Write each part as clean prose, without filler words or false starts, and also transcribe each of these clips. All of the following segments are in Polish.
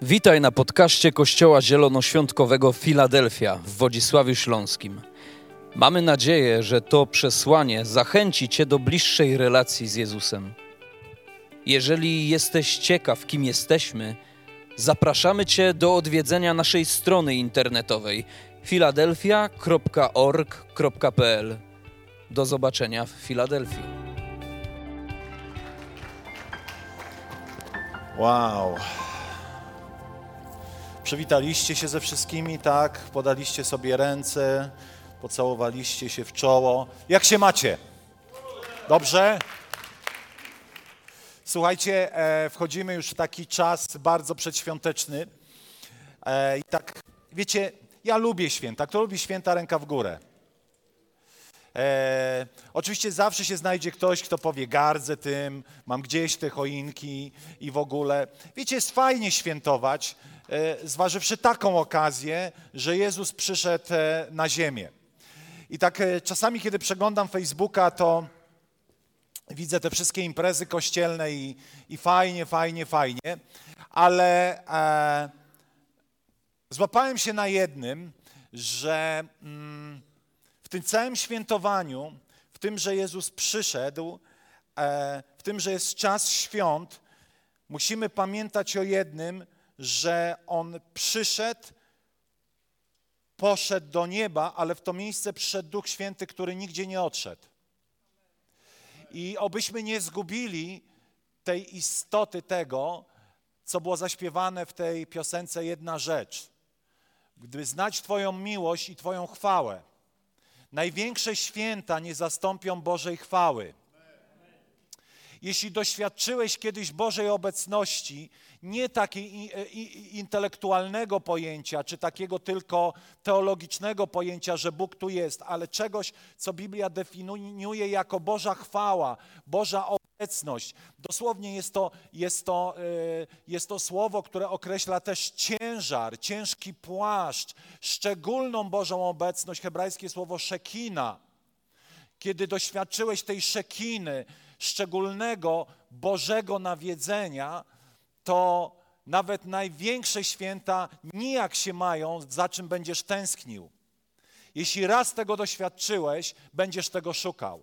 Witaj na podcaście Kościoła Zielonoświątkowego Filadelfia w Wodzisławiu Śląskim. Mamy nadzieję, że to przesłanie zachęci Cię do bliższej relacji z Jezusem. Jeżeli jesteś ciekaw, kim jesteśmy, zapraszamy Cię do odwiedzenia naszej strony internetowej filadelfia.org.pl. Do zobaczenia w Filadelfii. Wow. Przywitaliście się ze wszystkimi, tak? Podaliście sobie ręce, pocałowaliście się w czoło. Jak się macie? Dobrze? Słuchajcie, wchodzimy już w taki czas bardzo przedświąteczny. I tak, wiecie, ja lubię święta. Kto lubi święta, ręka w górę. Oczywiście zawsze się znajdzie ktoś, kto powie, gardzę tym, mam gdzieś te choinki i w ogóle. Wiecie, jest fajnie świętować, zważywszy taką okazję, że Jezus przyszedł na ziemię. I tak czasami, kiedy przeglądam Facebooka, to widzę te wszystkie imprezy kościelne i fajnie, ale złapałem się na jednym, że w tym całym świętowaniu, w tym, że Jezus przyszedł, w tym, że jest czas świąt, musimy pamiętać o jednym, że On przyszedł, poszedł do nieba, ale w to miejsce przyszedł Duch Święty, który nigdzie nie odszedł. I obyśmy nie zgubili tej istoty tego, co było zaśpiewane w tej piosence Jedna rzecz. Gdyby znać Twoją miłość i Twoją chwałę, największe święta nie zastąpią Bożej chwały. Jeśli doświadczyłeś kiedyś Bożej obecności, nie takiej intelektualnego pojęcia, czy takiego tylko teologicznego pojęcia, że Bóg tu jest, ale czegoś, co Biblia definiuje jako Boża chwała, Boża obecność. Dosłownie jest to słowo, które określa też ciężar, ciężki płaszcz, szczególną Bożą obecność, hebrajskie słowo szekina. Kiedy doświadczyłeś tej szekiny, szczególnego Bożego nawiedzenia, to nawet największe święta nijak się mają, za czym będziesz tęsknił. Jeśli raz tego doświadczyłeś, będziesz tego szukał.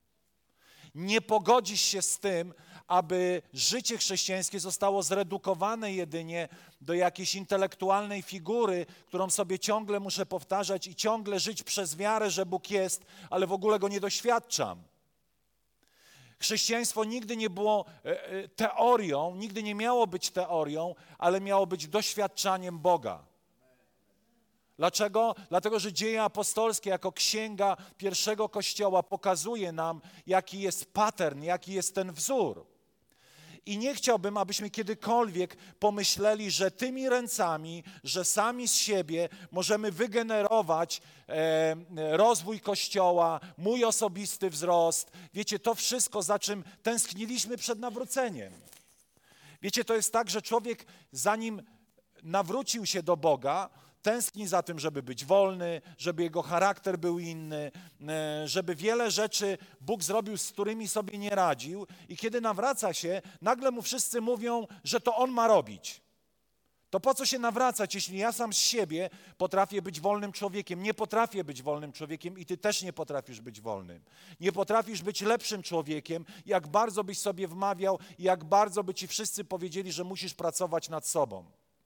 Nie pogodzisz się z tym, aby życie chrześcijańskie zostało zredukowane jedynie do jakiejś intelektualnej figury, którą sobie ciągle muszę powtarzać i ciągle żyć przez wiarę, że Bóg jest, ale w ogóle Go nie doświadczam. Chrześcijaństwo nigdy nie było teorią, nigdy nie miało być teorią, ale miało być doświadczaniem Boga. Dlaczego? Dlatego, że Dzieje apostolskie jako księga pierwszego Kościoła pokazuje nam, jaki jest pattern, jaki jest ten wzór. I nie chciałbym, abyśmy kiedykolwiek pomyśleli, że tymi ręcami, że sami z siebie możemy wygenerować rozwój Kościoła, mój osobisty wzrost. Wiecie, to wszystko, za czym tęskniliśmy przed nawróceniem. Wiecie, to jest tak, że człowiek, zanim nawrócił się do Boga, tęskni za tym, żeby być wolny, żeby jego charakter był inny, żeby wiele rzeczy Bóg zrobił, z którymi sobie nie radził. I kiedy nawraca się, nagle mu wszyscy mówią, że to on ma robić. To po co się nawracać, jeśli ja sam z siebie potrafię być wolnym człowiekiem? Nie potrafię być wolnym człowiekiem i ty też nie potrafisz być wolnym. Nie potrafisz być lepszym człowiekiem, jak bardzo byś sobie wmawiał i jak bardzo by ci wszyscy powiedzieli, że musisz pracować nad sobą.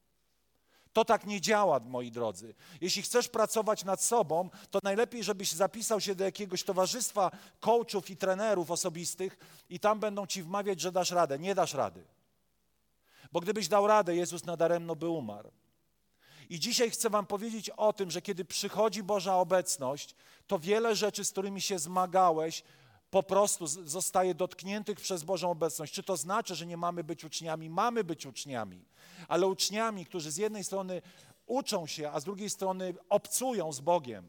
To tak nie działa, moi drodzy. Jeśli chcesz pracować nad sobą, to najlepiej, żebyś zapisał się do jakiegoś towarzystwa coachów i trenerów osobistych i tam będą ci wmawiać, że dasz radę. Nie dasz rady. Bo gdybyś dał radę, Jezus nadaremno by umarł. I dzisiaj chcę wam powiedzieć o tym, że kiedy przychodzi Boża obecność, to wiele rzeczy, z którymi się zmagałeś, po prostu zostaje dotkniętych przez Bożą obecność. Czy to znaczy, że nie mamy być uczniami? Mamy być uczniami, ale uczniami, którzy z jednej strony uczą się, a z drugiej strony obcują z Bogiem.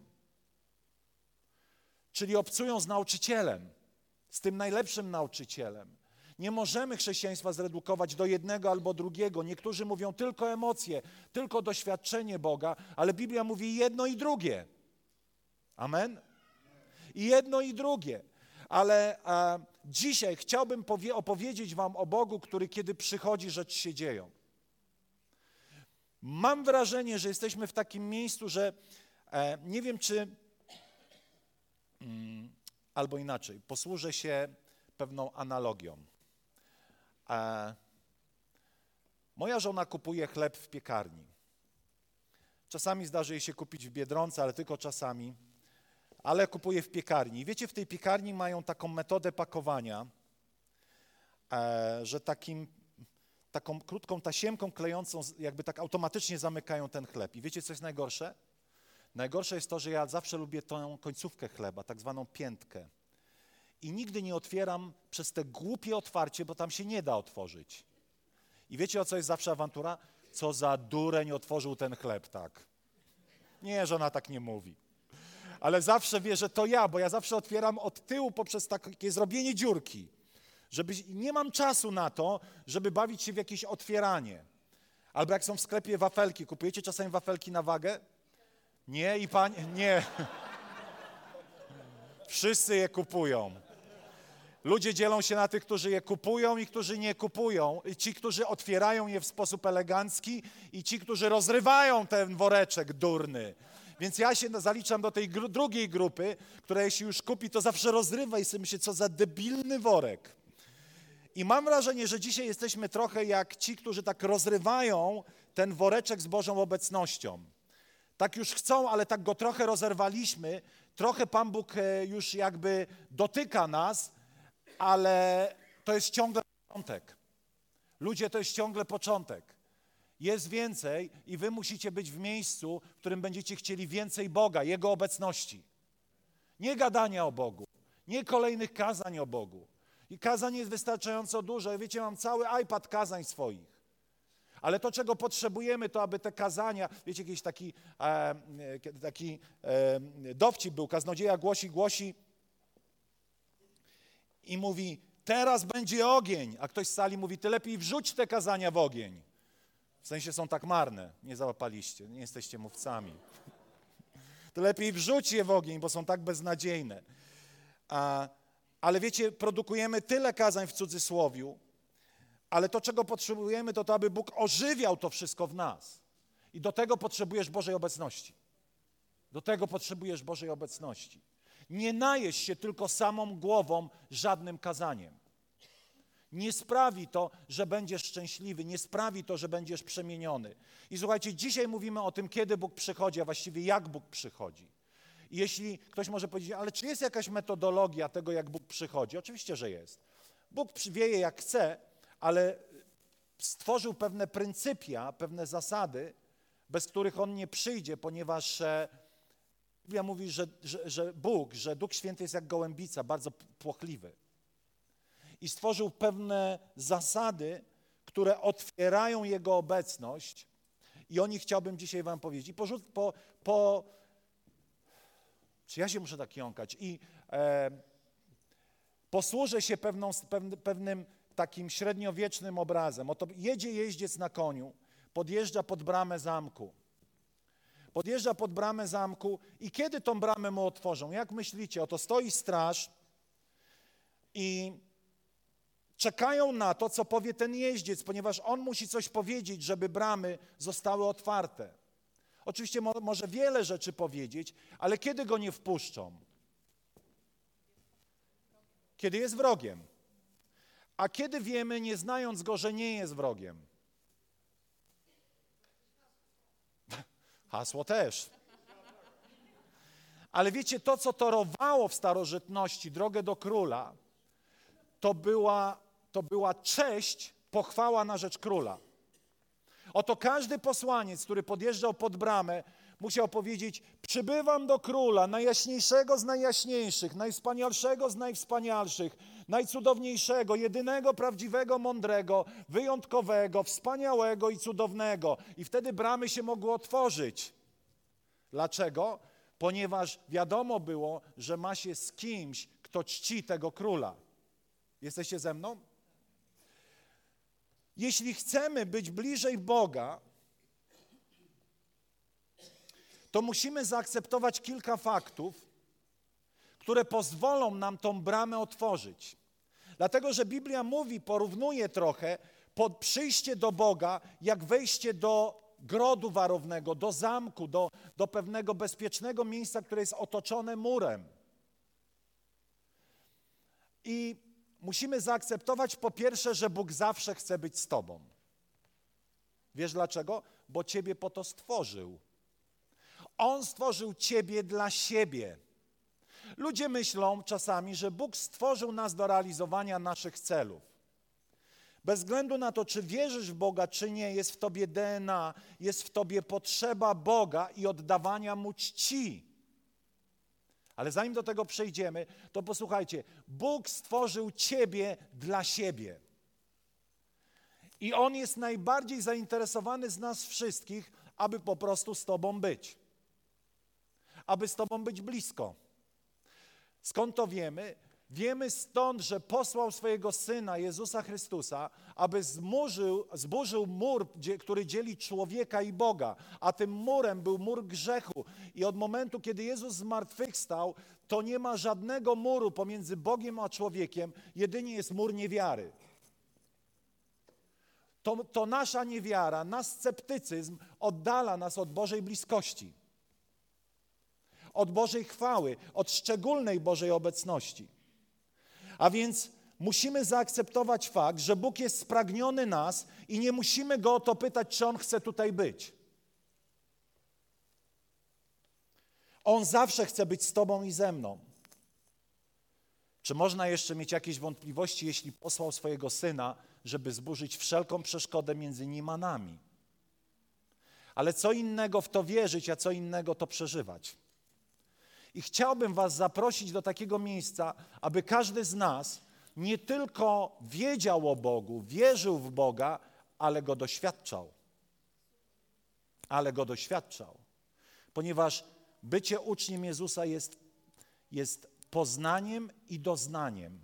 Czyli obcują z nauczycielem, z tym najlepszym nauczycielem. Nie możemy chrześcijaństwa zredukować do jednego albo drugiego. Niektórzy mówią tylko emocje, tylko doświadczenie Boga, ale Biblia mówi jedno i drugie. Amen? I jedno i drugie. Ale dzisiaj chciałbym opowiedzieć wam o Bogu, który kiedy przychodzi, rzeczy się dzieją. Mam wrażenie, że jesteśmy w takim miejscu, że nie wiem, czy albo inaczej, posłużę się pewną analogią. Moja żona kupuje chleb w piekarni. Czasami zdarzy jej się kupić w Biedronce, ale tylko czasami. Ale kupuje w piekarni. I wiecie, w tej piekarni mają taką metodę pakowania, że taką krótką tasiemką klejącą, jakby tak automatycznie zamykają ten chleb. I wiecie, co jest najgorsze? Najgorsze jest to, że ja zawsze lubię tą końcówkę chleba, tak zwaną piętkę. I nigdy nie otwieram przez te głupie otwarcie, bo tam się nie da otworzyć. I wiecie, o co jest zawsze awantura? Co za dureń otworzył ten chleb, tak. Nie, żona tak nie mówi. Ale zawsze wie, że to ja, bo ja zawsze otwieram od tyłu poprzez takie zrobienie dziurki. Nie mam czasu na to, żeby bawić się w jakieś otwieranie. Albo jak są w sklepie wafelki, kupujecie czasami wafelki na wagę? Nie i nie. Wszyscy je kupują. Ludzie dzielą się na tych, którzy je kupują i którzy nie kupują. I ci, którzy otwierają je w sposób elegancki i ci, którzy rozrywają ten woreczek durny. Więc ja się zaliczam do tej drugiej grupy, która jeśli już kupi, to zawsze rozrywa i sobie myśli, co za debilny worek. I mam wrażenie, że dzisiaj jesteśmy trochę jak ci, którzy tak rozrywają ten woreczek z Bożą obecnością. Tak już chcą, ale tak go trochę rozerwaliśmy, trochę Pan Bóg już jakby dotyka nas, ale to jest ciągle początek. Ludzie, to jest ciągle początek. Jest więcej i wy musicie być w miejscu, w którym będziecie chcieli więcej Boga, Jego obecności. Nie gadania o Bogu, nie kolejnych kazań o Bogu. I kazań jest wystarczająco dużo. Wiecie, mam cały iPad kazań swoich. Ale to, czego potrzebujemy, to aby te kazania, wiecie, jakiś taki dowcip był, kaznodzieja głosi i mówi, teraz będzie ogień, a ktoś z sali mówi, ty lepiej wrzuć te kazania w ogień. W sensie są tak marne, nie załapaliście, nie jesteście mówcami. To lepiej wrzuć je w ogień, bo są tak beznadziejne. Ale wiecie, produkujemy tyle kazań w cudzysłowiu, ale to, czego potrzebujemy, to aby Bóg ożywiał to wszystko w nas. I do tego potrzebujesz Bożej obecności. Do tego potrzebujesz Bożej obecności. Nie najesz się tylko samą głową żadnym kazaniem. Nie sprawi to, że będziesz szczęśliwy, nie sprawi to, że będziesz przemieniony. I słuchajcie, dzisiaj mówimy o tym, kiedy Bóg przychodzi, a właściwie jak Bóg przychodzi. I jeśli ktoś może powiedzieć, ale czy jest jakaś metodologia tego, jak Bóg przychodzi? Oczywiście, że jest. Bóg wieje jak chce, ale stworzył pewne pryncypia, pewne zasady, bez których On nie przyjdzie, ponieważ Biblia mówi, że Duch Święty jest jak gołębica, bardzo płochliwy. I stworzył pewne zasady, które otwierają Jego obecność i o nich chciałbym dzisiaj wam powiedzieć. Czy ja się muszę tak jąkać? I posłużę się pewnym takim średniowiecznym obrazem. Oto jedzie jeździec na koniu, podjeżdża pod bramę zamku. Podjeżdża pod bramę zamku i kiedy tą bramę mu otworzą? Jak myślicie? Oto stoi straż i czekają na to, co powie ten jeździec, ponieważ on musi coś powiedzieć, żeby bramy zostały otwarte. Oczywiście może wiele rzeczy powiedzieć, ale kiedy go nie wpuszczą? Kiedy jest wrogiem. A kiedy wiemy, nie znając go, że nie jest wrogiem? Hasło też. Ale wiecie, to, co torowało w starożytności drogę do króla, to była cześć, pochwała na rzecz króla. Oto każdy posłaniec, który podjeżdżał pod bramę, musiał powiedzieć, przybywam do króla, najjaśniejszego z najjaśniejszych, najwspanialszego z najwspanialszych, najcudowniejszego, jedynego, prawdziwego, mądrego, wyjątkowego, wspaniałego i cudownego. I wtedy bramy się mogły otworzyć. Dlaczego? Ponieważ wiadomo było, że ma się z kimś, kto czci tego króla. Jesteście ze mną? Jeśli chcemy być bliżej Boga, to musimy zaakceptować kilka faktów, które pozwolą nam tą bramę otworzyć. Dlatego, że Biblia mówi, porównuje trochę przyjście do Boga, jak wejście do grodu warownego, do zamku, do pewnego bezpiecznego miejsca, które jest otoczone murem. I musimy zaakceptować po pierwsze, że Bóg zawsze chce być z tobą. Wiesz dlaczego? Bo ciebie po to stworzył. On stworzył ciebie dla siebie. Ludzie myślą czasami, że Bóg stworzył nas do realizowania naszych celów. Bez względu na to, czy wierzysz w Boga, czy nie, jest w tobie DNA, jest w tobie potrzeba Boga i oddawania Mu czci. Ale zanim do tego przejdziemy, to posłuchajcie, Bóg stworzył ciebie dla siebie. I On jest najbardziej zainteresowany z nas wszystkich, aby po prostu z tobą być. Aby z tobą być blisko. Skąd to wiemy? Wiemy stąd, że posłał swojego Syna, Jezusa Chrystusa, aby zburzył mur, który dzieli człowieka i Boga. A tym murem był mur grzechu. I od momentu, kiedy Jezus zmartwychwstał, to nie ma żadnego muru pomiędzy Bogiem a człowiekiem, jedynie jest mur niewiary. To nasza niewiara, nasz sceptycyzm oddala nas od Bożej bliskości. Od Bożej chwały, od szczególnej Bożej obecności. A więc musimy zaakceptować fakt, że Bóg jest spragniony nas i nie musimy Go o to pytać, czy On chce tutaj być. On zawsze chce być z tobą i ze mną. Czy można jeszcze mieć jakieś wątpliwości, jeśli posłał swojego Syna, żeby zburzyć wszelką przeszkodę między Nim a nami? Ale co innego w to wierzyć, a co innego to przeżywać. I chciałbym was zaprosić do takiego miejsca, aby każdy z nas nie tylko wiedział o Bogu, wierzył w Boga, ale Go doświadczał. Ale Go doświadczał. Ponieważ bycie uczniem Jezusa jest poznaniem i doznaniem.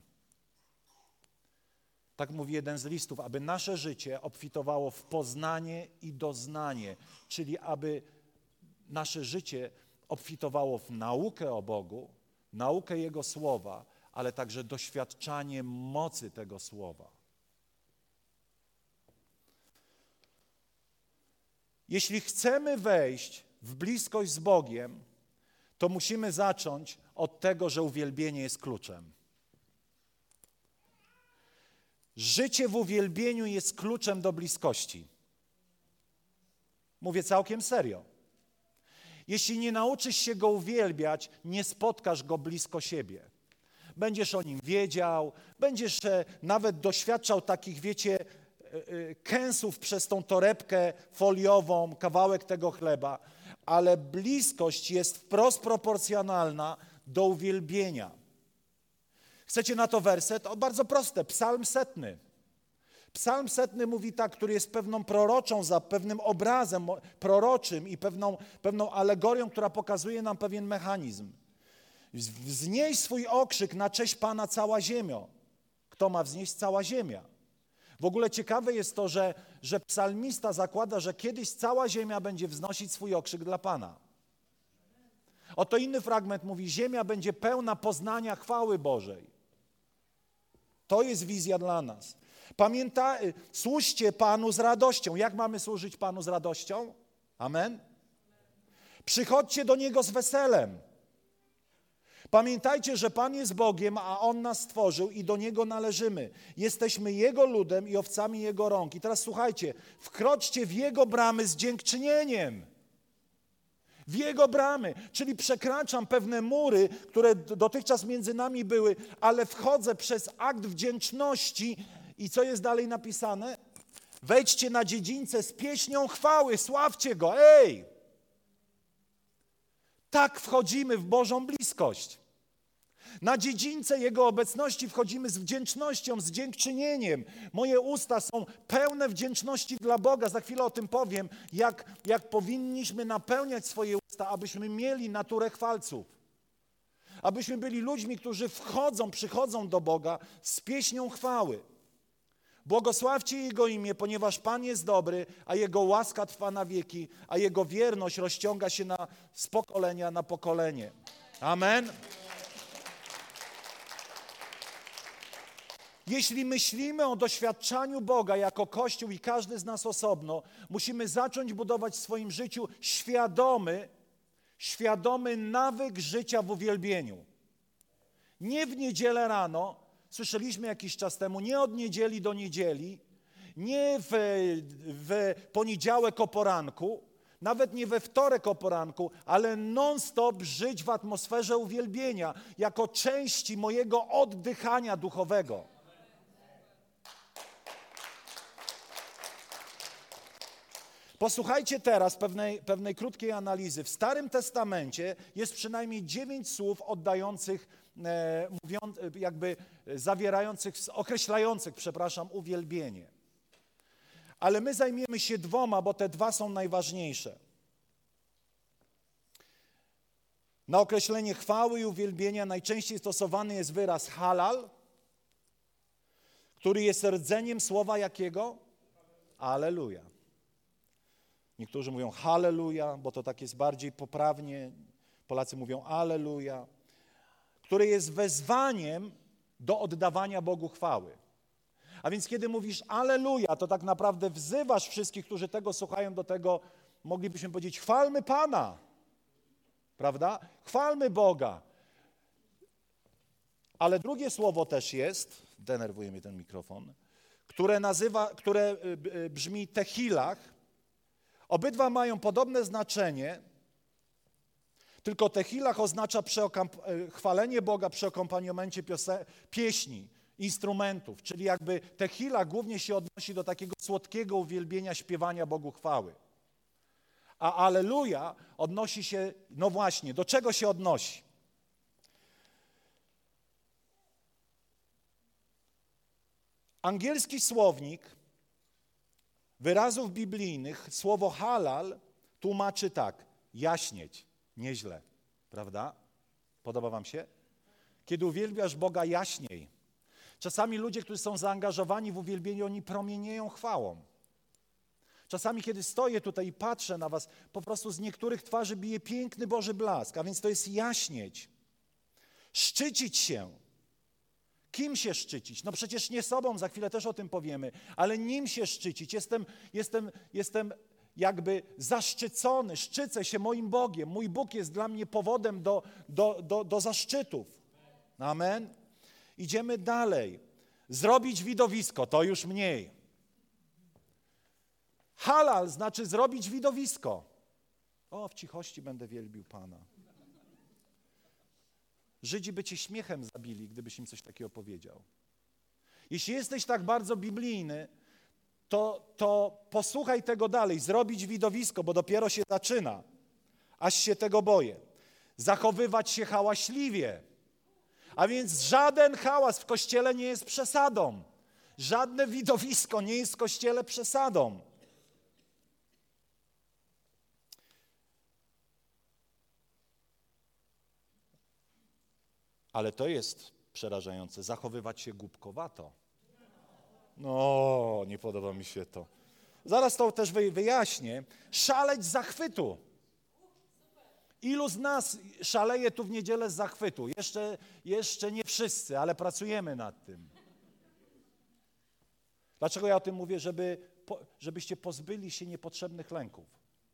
Tak mówi jeden z listów, aby nasze życie obfitowało w poznanie i doznanie, czyli aby nasze życie obfitowało w naukę o Bogu, naukę Jego Słowa, ale także doświadczanie mocy tego Słowa. Jeśli chcemy wejść w bliskość z Bogiem, to musimy zacząć od tego, że uwielbienie jest kluczem. Życie w uwielbieniu jest kluczem do bliskości. Mówię całkiem serio. Jeśli nie nauczysz się Go uwielbiać, nie spotkasz Go blisko siebie. Będziesz o Nim wiedział, będziesz nawet doświadczał takich, wiecie, kęsów przez tą torebkę foliową, kawałek tego chleba, ale bliskość jest wprost proporcjonalna do uwielbienia. Chcecie na to werset? O, bardzo proste, Psalm 100. Psalm 100 mówi tak, który jest pewną proroczą, za pewnym obrazem proroczym i pewną alegorią, która pokazuje nam pewien mechanizm. Wznieś swój okrzyk na cześć Pana cała ziemio. Kto ma wznieść? Cała ziemia. W ogóle ciekawe jest to, że psalmista zakłada, że kiedyś cała ziemia będzie wznosić swój okrzyk dla Pana. Oto inny fragment mówi, ziemia będzie pełna poznania chwały Bożej. To jest wizja dla nas. Służcie Panu z radością. Jak mamy służyć Panu z radością? Amen? Przychodźcie do Niego z weselem. Pamiętajcie, że Pan jest Bogiem, a On nas stworzył i do Niego należymy. Jesteśmy Jego ludem i owcami Jego rąk. I teraz słuchajcie, wkroczcie w Jego bramy z dziękczynieniem. W Jego bramy, czyli przekraczam pewne mury, które dotychczas między nami były, ale wchodzę przez akt wdzięczności i co jest dalej napisane? Wejdźcie na dziedzińce z pieśnią chwały, sławcie Go, ej! Tak wchodzimy w Bożą bliskość. Na dziedzińce Jego obecności wchodzimy z wdzięcznością, z dziękczynieniem. Moje usta są pełne wdzięczności dla Boga. Za chwilę o tym powiem, jak powinniśmy napełniać swoje usta, abyśmy mieli naturę chwalców. Abyśmy byli ludźmi, którzy przychodzą do Boga z pieśnią chwały. Błogosławcie Jego imię, ponieważ Pan jest dobry, a Jego łaska trwa na wieki, a Jego wierność rozciąga się z pokolenia na pokolenie. Amen. Jeśli myślimy o doświadczaniu Boga jako Kościół i każdy z nas osobno, musimy zacząć budować w swoim życiu świadomy nawyk życia w uwielbieniu. Nie w niedzielę rano, słyszeliśmy jakiś czas temu, nie od niedzieli do niedzieli, nie w poniedziałek o poranku, nawet nie we wtorek o poranku, ale non-stop żyć w atmosferze uwielbienia, jako części mojego oddychania duchowego. Posłuchajcie teraz pewnej krótkiej analizy. W Starym Testamencie jest przynajmniej 9 słów określających uwielbienie. Ale my zajmiemy się 2, bo te 2 są najważniejsze. Na określenie chwały i uwielbienia najczęściej stosowany jest wyraz halal, który jest rdzeniem słowa jakiego? Alleluja. Niektórzy mówią halleluja, bo to tak jest bardziej poprawnie. Polacy mówią alleluja, który jest wezwaniem do oddawania Bogu chwały. A więc kiedy mówisz alleluja, to tak naprawdę wzywasz wszystkich, którzy tego słuchają, do tego, moglibyśmy powiedzieć, chwalmy Pana. Prawda? Chwalmy Boga. Ale drugie słowo też jest, denerwuje mnie ten mikrofon, które brzmi tehilach. Obydwa mają podobne znaczenie, tylko tehilach oznacza chwalenie Boga przy akompaniamencie pieśni, instrumentów, czyli jakby tehilach głównie się odnosi do takiego słodkiego uwielbienia, śpiewania Bogu chwały. A alleluja odnosi się, no właśnie, do czego się odnosi? Angielski słownik wyrazów biblijnych, słowo halal tłumaczy tak, jaśnieć, nieźle, prawda? Podoba wam się? Kiedy uwielbiasz Boga, jaśniej. Czasami ludzie, którzy są zaangażowani w uwielbienie, oni promienieją chwałą. Czasami, kiedy stoję tutaj i patrzę na was, po prostu z niektórych twarzy bije piękny Boży blask, a więc to jest jaśnieć. Szczycić się. Kim się szczycić? No przecież nie sobą, za chwilę też o tym powiemy, ale nim się szczycić. Jestem jakby zaszczycony, szczycę się moim Bogiem. Mój Bóg jest dla mnie powodem do zaszczytów. Amen? Idziemy dalej. Zrobić widowisko, to już mniej. Halal znaczy zrobić widowisko. O, w cichości będę wielbił Pana. Żydzi by cię śmiechem zabili, gdybyś im coś takiego powiedział. Jeśli jesteś tak bardzo biblijny, to posłuchaj tego dalej. Zrobić widowisko, bo dopiero się zaczyna. Aż się tego boję. Zachowywać się hałaśliwie. A więc żaden hałas w Kościele nie jest przesadą. Żadne widowisko nie jest w Kościele przesadą. Ale to jest przerażające. Zachowywać się głupkowato. No, nie podoba mi się to. Zaraz to też wyjaśnię. Szaleć z zachwytu. Ilu z nas szaleje tu w niedzielę z zachwytu? Jeszcze nie wszyscy, ale pracujemy nad tym. Dlaczego ja o tym mówię? Żebyście pozbyli się niepotrzebnych lęków.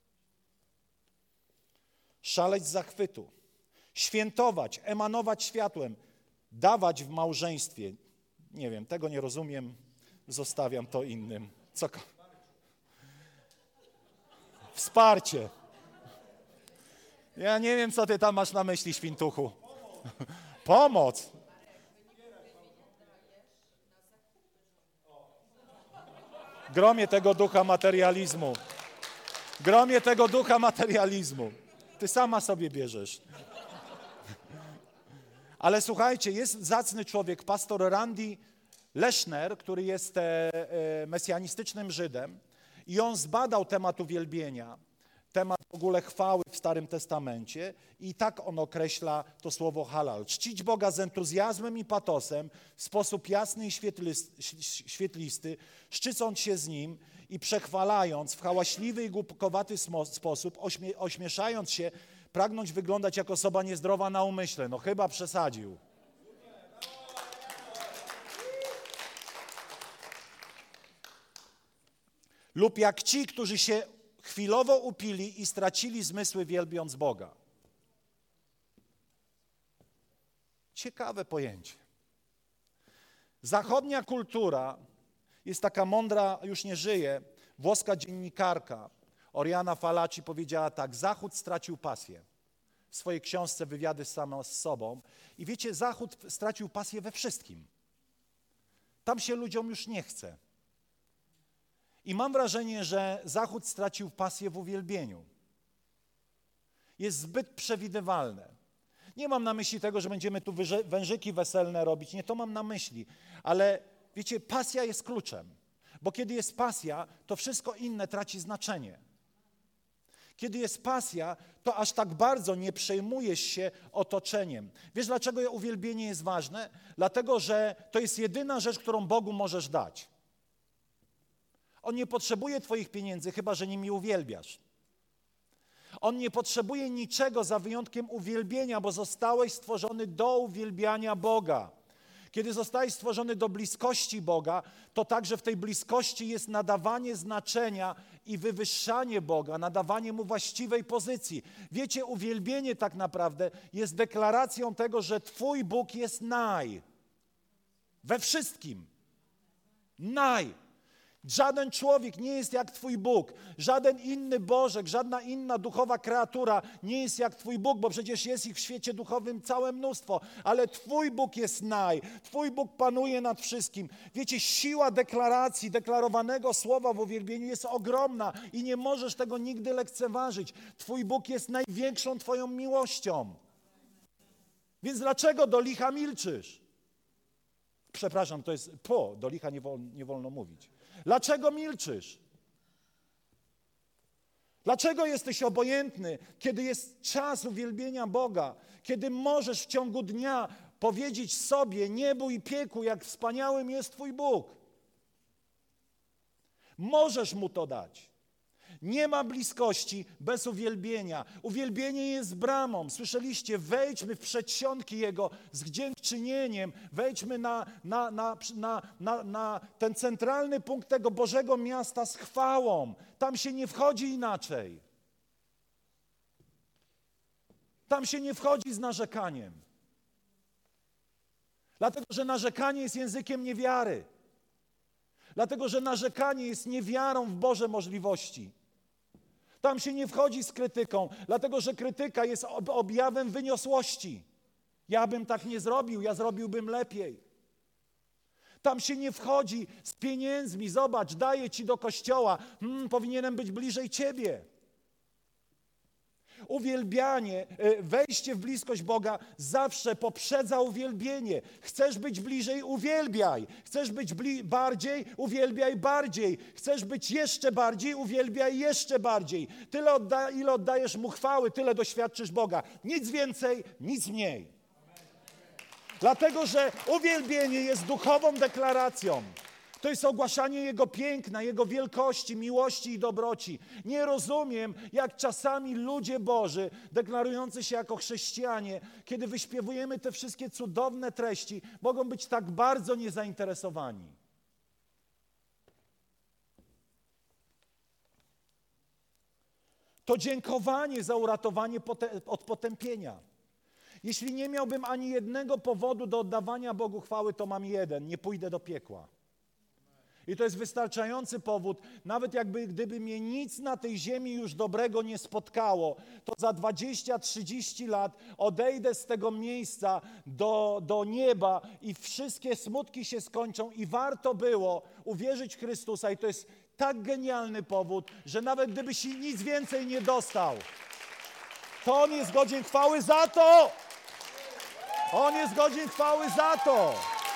Szaleć z zachwytu. Świętować, emanować światłem, dawać w małżeństwie. Nie wiem, tego nie rozumiem, zostawiam to innym. Wsparcie. Ja nie wiem, co ty tam masz na myśli, świntuchu. Pomoc. Gromie tego ducha materializmu. Gromie tego ducha materializmu. Ty sama sobie bierzesz. Ale słuchajcie, jest zacny człowiek, pastor Randy Leshner, który jest mesjanistycznym Żydem i on zbadał temat uwielbienia, temat w ogóle chwały w Starym Testamencie i tak on określa to słowo halal. Czcić Boga z entuzjazmem i patosem w sposób jasny i świetlisty, szczycąc się z Nim i przechwalając w hałaśliwy i głupkowaty sposób, ośmieszając się, pragnąć wyglądać jak osoba niezdrowa na umyśle. No chyba przesadził. lub jak ci, którzy się chwilowo upili i stracili zmysły, wielbiąc Boga. Ciekawe pojęcie. Zachodnia kultura jest taka mądra, już nie żyje, włoska dziennikarka Oriana Fallaci powiedziała tak: Zachód stracił pasję. W swojej książce Wywiady same z sobą. I wiecie, Zachód stracił pasję we wszystkim. Tam się ludziom już nie chce. I mam wrażenie, że Zachód stracił pasję w uwielbieniu. Jest zbyt przewidywalne. Nie mam na myśli tego, że będziemy tu wężyki weselne robić, nie to mam na myśli, ale wiecie, pasja jest kluczem, bo kiedy jest pasja, to wszystko inne traci znaczenie. Kiedy jest pasja, to aż tak bardzo nie przejmujesz się otoczeniem. Wiesz, dlaczego uwielbienie jest ważne? Dlatego, że to jest jedyna rzecz, którą Bogu możesz dać. On nie potrzebuje twoich pieniędzy, chyba że nimi uwielbiasz. On nie potrzebuje niczego za wyjątkiem uwielbienia, bo zostałeś stworzony do uwielbiania Boga. Kiedy zostałeś stworzony do bliskości Boga, to także w tej bliskości jest nadawanie znaczenia i wywyższanie Boga, nadawanie Mu właściwej pozycji. Wiecie, uwielbienie tak naprawdę jest deklaracją tego, że Twój Bóg jest naj. We wszystkim. Naj. Żaden człowiek nie jest jak Twój Bóg, żaden inny bożek, żadna inna duchowa kreatura nie jest jak Twój Bóg, bo przecież jest ich w świecie duchowym całe mnóstwo, ale Twój Bóg jest naj, Twój Bóg panuje nad wszystkim. Wiecie, siła deklaracji, deklarowanego słowa w uwielbieniu jest ogromna i nie możesz tego nigdy lekceważyć. Twój Bóg jest największą Twoją miłością. Więc dlaczego do licha milczysz? Przepraszam, to jest do licha nie wolno mówić. Dlaczego milczysz? Dlaczego jesteś obojętny, kiedy jest czas uwielbienia Boga? Kiedy możesz w ciągu dnia powiedzieć sobie, niebu i piekłu, jak wspaniałym jest Twój Bóg. Możesz Mu to dać. Nie ma bliskości bez uwielbienia. Uwielbienie jest bramą. Słyszeliście, wejdźmy w przedsionki Jego z dziękczynieniem. Wejdźmy na ten centralny punkt tego Bożego miasta z chwałą. Tam się nie wchodzi inaczej. Tam się nie wchodzi z narzekaniem. Dlatego, że narzekanie jest językiem niewiary. Dlatego, że narzekanie jest niewiarą w Boże możliwości. Tam się nie wchodzi z krytyką, dlatego że krytyka jest objawem wyniosłości. Ja bym tak nie zrobił, ja zrobiłbym lepiej. Tam się nie wchodzi z pieniędzmi. Zobacz, daję Ci do kościoła, powinienem być bliżej Ciebie. Uwielbianie, wejście w bliskość Boga zawsze poprzedza uwielbienie. Chcesz być bliżej, uwielbiaj. Chcesz być bardziej, uwielbiaj bardziej. Chcesz być jeszcze bardziej, uwielbiaj jeszcze bardziej. Tyle ile oddajesz Mu chwały, tyle doświadczysz Boga. Nic więcej, nic mniej. Dlatego, że uwielbienie jest duchową deklaracją. To jest ogłaszanie Jego piękna, Jego wielkości, miłości i dobroci. Nie rozumiem, jak czasami ludzie Boży, deklarujący się jako chrześcijanie, kiedy wyśpiewujemy te wszystkie cudowne treści, mogą być tak bardzo niezainteresowani. To dziękowanie za uratowanie od potępienia. Jeśli nie miałbym ani jednego powodu do oddawania Bogu chwały, to mam jeden: nie pójdę do piekła. I to jest wystarczający powód, nawet gdyby mnie nic na tej ziemi już dobrego nie spotkało, to za 20-30 lat odejdę z tego miejsca do nieba i wszystkie smutki się skończą i warto było uwierzyć w Chrystusa. I to jest tak genialny powód, że nawet gdybyś nic więcej nie dostał, to On jest godzien chwały za to! On jest godzien chwały za to!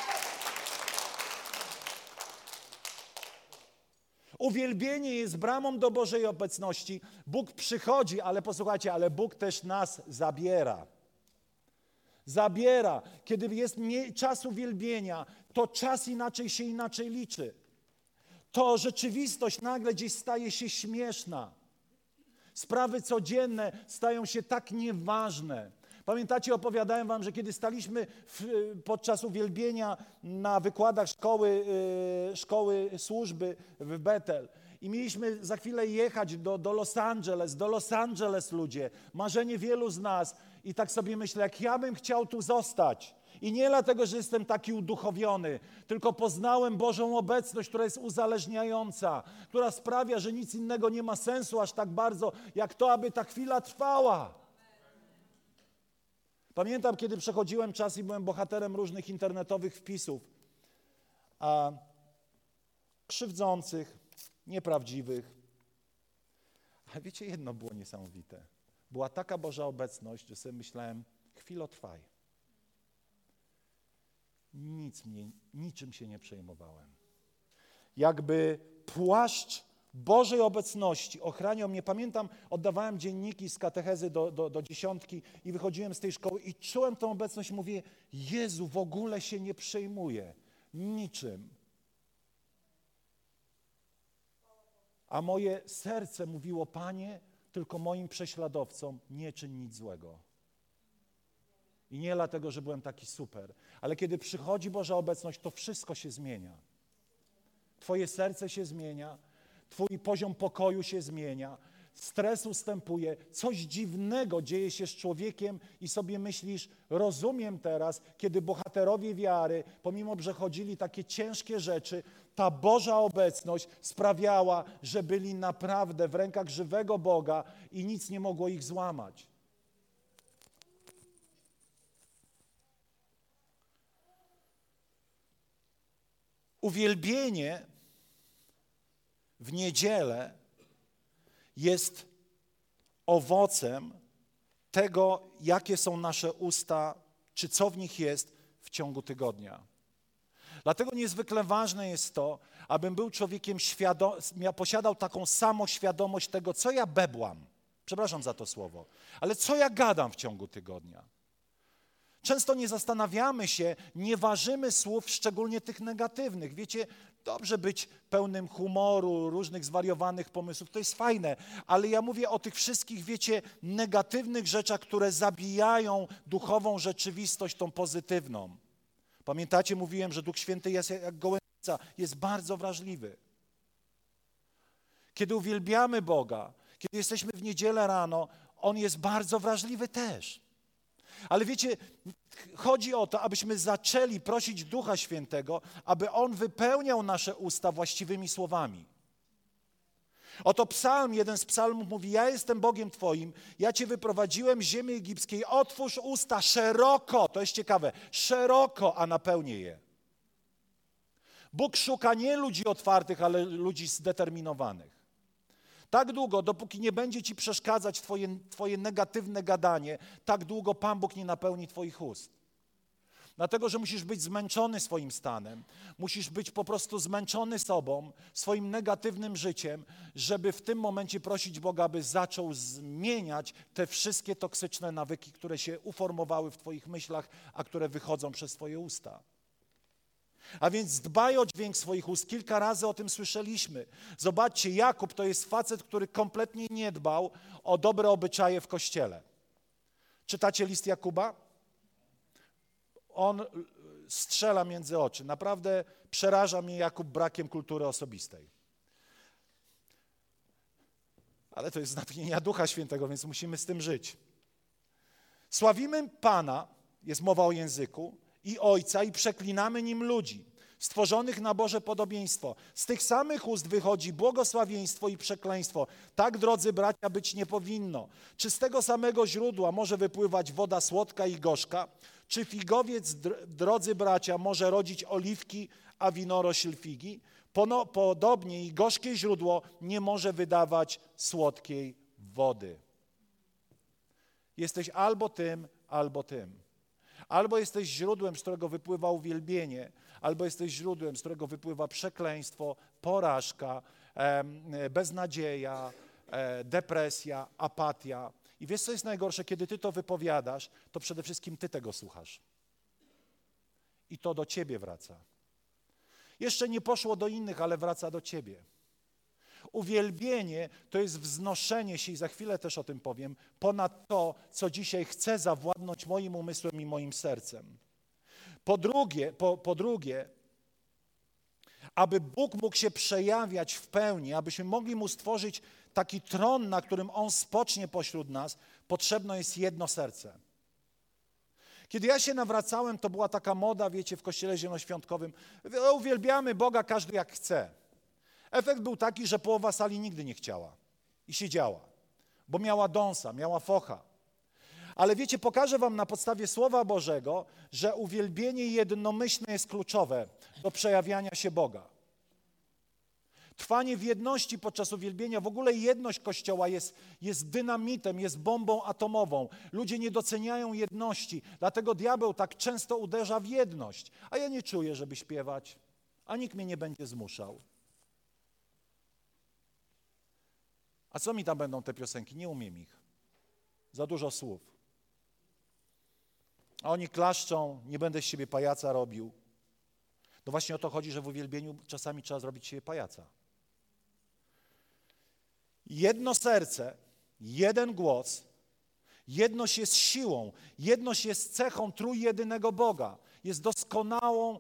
Uwielbienie jest bramą do Bożej obecności. Bóg przychodzi, ale posłuchajcie, ale Bóg też nas zabiera. Zabiera. Kiedy jest czas uwielbienia, to czas inaczej się liczy. To rzeczywistość nagle gdzieś staje się śmieszna. Sprawy codzienne stają się tak nieważne. Pamiętacie, opowiadałem wam, że kiedy staliśmy podczas uwielbienia na wykładach szkoły służby w Bethel i mieliśmy za chwilę jechać do Los Angeles ludzie, marzenie wielu z nas i tak sobie myślę, jak ja bym chciał tu zostać. I nie dlatego, że jestem taki uduchowiony, tylko poznałem Bożą obecność, która jest uzależniająca, która sprawia, że nic innego nie ma sensu aż tak bardzo, jak to, aby ta chwila trwała. Pamiętam, kiedy przechodziłem czas i byłem bohaterem różnych internetowych wpisów, krzywdzących, nieprawdziwych. Ale wiecie, jedno było niesamowite. Była taka Boża obecność, że sobie myślałem, chwilo trwaj. Niczym się nie przejmowałem. Jakby płaszcz Bożej obecności ochraniał mnie. Pamiętam, oddawałem dzienniki z katechezy do 10 i wychodziłem z tej szkoły i czułem tą obecność i mówię, Jezu, w ogóle się nie przejmuję niczym. A moje serce mówiło, Panie, tylko moim prześladowcom nie czyń nic złego. I nie dlatego, że byłem taki super, ale kiedy przychodzi Boża obecność, to wszystko się zmienia. Twoje serce się zmienia, twój poziom pokoju się zmienia, stres ustępuje, coś dziwnego dzieje się z człowiekiem i sobie myślisz, rozumiem teraz, kiedy bohaterowie wiary, pomimo że chodzili takie ciężkie rzeczy, ta Boża obecność sprawiała, że byli naprawdę w rękach żywego Boga i nic nie mogło ich złamać. Uwielbienie w niedzielę jest owocem tego, jakie są nasze usta, czy co w nich jest w ciągu tygodnia. Dlatego niezwykle ważne jest to, abym był człowiekiem posiadał taką samoświadomość tego, co ja bebłam. Przepraszam za to słowo, ale co ja gadam w ciągu tygodnia. Często nie zastanawiamy się, nie ważymy słów, szczególnie tych negatywnych. Wiecie, dobrze być pełnym humoru, różnych zwariowanych pomysłów, to jest fajne, ale ja mówię o tych wszystkich, wiecie, negatywnych rzeczach, które zabijają duchową rzeczywistość, tą pozytywną. Pamiętacie, mówiłem, że Duch Święty jest jak gołębica, jest bardzo wrażliwy. Kiedy uwielbiamy Boga, kiedy jesteśmy w niedzielę rano, On jest bardzo wrażliwy też. Ale wiecie, chodzi o to, abyśmy zaczęli prosić Ducha Świętego, aby On wypełniał nasze usta właściwymi słowami. Oto psalm, jeden z psalmów mówi, ja jestem Bogiem Twoim, ja Cię wyprowadziłem z ziemi egipskiej, otwórz usta szeroko, to jest ciekawe, szeroko, a napełnię je. Bóg szuka nie ludzi otwartych, ale ludzi zdeterminowanych. Tak długo, dopóki nie będzie ci przeszkadzać twoje negatywne gadanie, tak długo Pan Bóg nie napełni twoich ust. Dlatego, że musisz być zmęczony swoim stanem, musisz być po prostu zmęczony sobą, swoim negatywnym życiem, żeby w tym momencie prosić Boga, aby zaczął zmieniać te wszystkie toksyczne nawyki, które się uformowały w twoich myślach, a które wychodzą przez twoje usta. A więc dbaj o dźwięk swoich ust. Kilka razy o tym słyszeliśmy. Zobaczcie, Jakub to jest facet, który kompletnie nie dbał o dobre obyczaje w kościele. Czytacie list Jakuba? On strzela między oczy. Naprawdę przeraża mnie Jakub brakiem kultury osobistej. Ale to jest z natchnienia Ducha Świętego, więc musimy z tym żyć. Sławimy Pana, jest mowa o języku, i Ojca i przeklinamy nim ludzi, stworzonych na Boże podobieństwo. Z tych samych ust wychodzi błogosławieństwo i przekleństwo. Tak, drodzy bracia, być nie powinno. Czy z tego samego źródła może wypływać woda słodka i gorzka? Czy figowiec, drodzy bracia, może rodzić oliwki, a winorośl figi? Podobnie i gorzkie źródło nie może wydawać słodkiej wody. Jesteś albo tym, albo tym. Albo jesteś źródłem, z którego wypływa uwielbienie, albo jesteś źródłem, z którego wypływa przekleństwo, porażka, beznadzieja, depresja, apatia. I wiesz, co jest najgorsze? Kiedy ty to wypowiadasz, to przede wszystkim ty tego słuchasz. I to do ciebie wraca. Jeszcze nie poszło do innych, ale wraca do ciebie. Uwielbienie to jest wznoszenie się, i za chwilę też o tym powiem, ponad to, co dzisiaj chce zawładnąć moim umysłem i moim sercem. Po drugie, aby Bóg mógł się przejawiać w pełni, abyśmy mogli Mu stworzyć taki tron, na którym On spocznie pośród nas, potrzebne jest jedno serce. Kiedy ja się nawracałem, to była taka moda, wiecie, w kościele zielonoświątkowym. Uwielbiamy Boga każdy jak chce. Efekt był taki, że połowa sali nigdy nie chciała i siedziała, bo miała dąsa, miała focha. Ale wiecie, pokażę wam na podstawie Słowa Bożego, że uwielbienie jednomyślne jest kluczowe do przejawiania się Boga. Trwanie w jedności podczas uwielbienia, w ogóle jedność Kościoła jest dynamitem, jest bombą atomową. Ludzie nie doceniają jedności, dlatego diabeł tak często uderza w jedność. A ja nie czuję, żeby śpiewać, a nikt mnie nie będzie zmuszał. A co mi tam będą te piosenki? Nie umiem ich. Za dużo słów. A oni klaszczą, nie będę z siebie pajaca robił. No właśnie o to chodzi, że w uwielbieniu czasami trzeba zrobić z siebie pajaca. Jedno serce, jeden głos, jedność jest siłą, jedność jest cechą trójjedynego Boga. Jest doskonałą,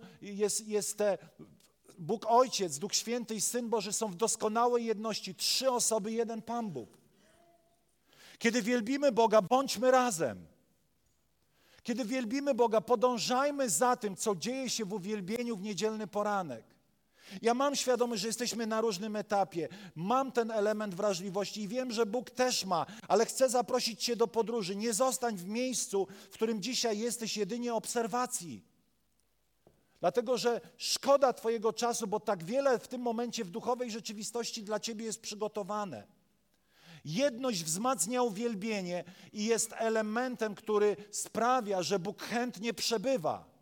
Bóg Ojciec, Duch Święty i Syn Boży są w doskonałej jedności. 3 osoby, jeden Pan Bóg. Kiedy wielbimy Boga, bądźmy razem. Kiedy wielbimy Boga, podążajmy za tym, co dzieje się w uwielbieniu w niedzielny poranek. Ja mam świadomość, że jesteśmy na różnym etapie. Mam ten element wrażliwości i wiem, że Bóg też ma, ale chcę zaprosić Cię do podróży. Nie zostań w miejscu, w którym dzisiaj jesteś, jedynie obserwacji. Dlatego, że szkoda Twojego czasu, bo tak wiele w tym momencie w duchowej rzeczywistości dla Ciebie jest przygotowane. Jedność wzmacnia uwielbienie i jest elementem, który sprawia, że Bóg chętnie przebywa.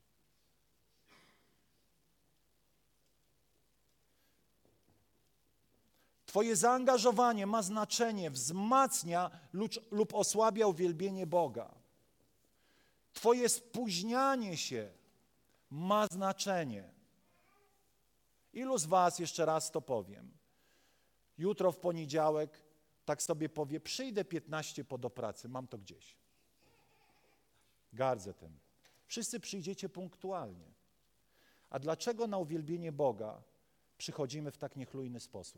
Twoje zaangażowanie ma znaczenie, wzmacnia lub osłabia uwielbienie Boga. Twoje spóźnianie się ma znaczenie. Ilu z was, jeszcze raz to powiem, jutro w poniedziałek tak sobie powie, przyjdę 15 do pracy, mam to gdzieś. Gardzę tym. Wszyscy przyjdziecie punktualnie. A dlaczego na uwielbienie Boga przychodzimy w tak niechlujny sposób?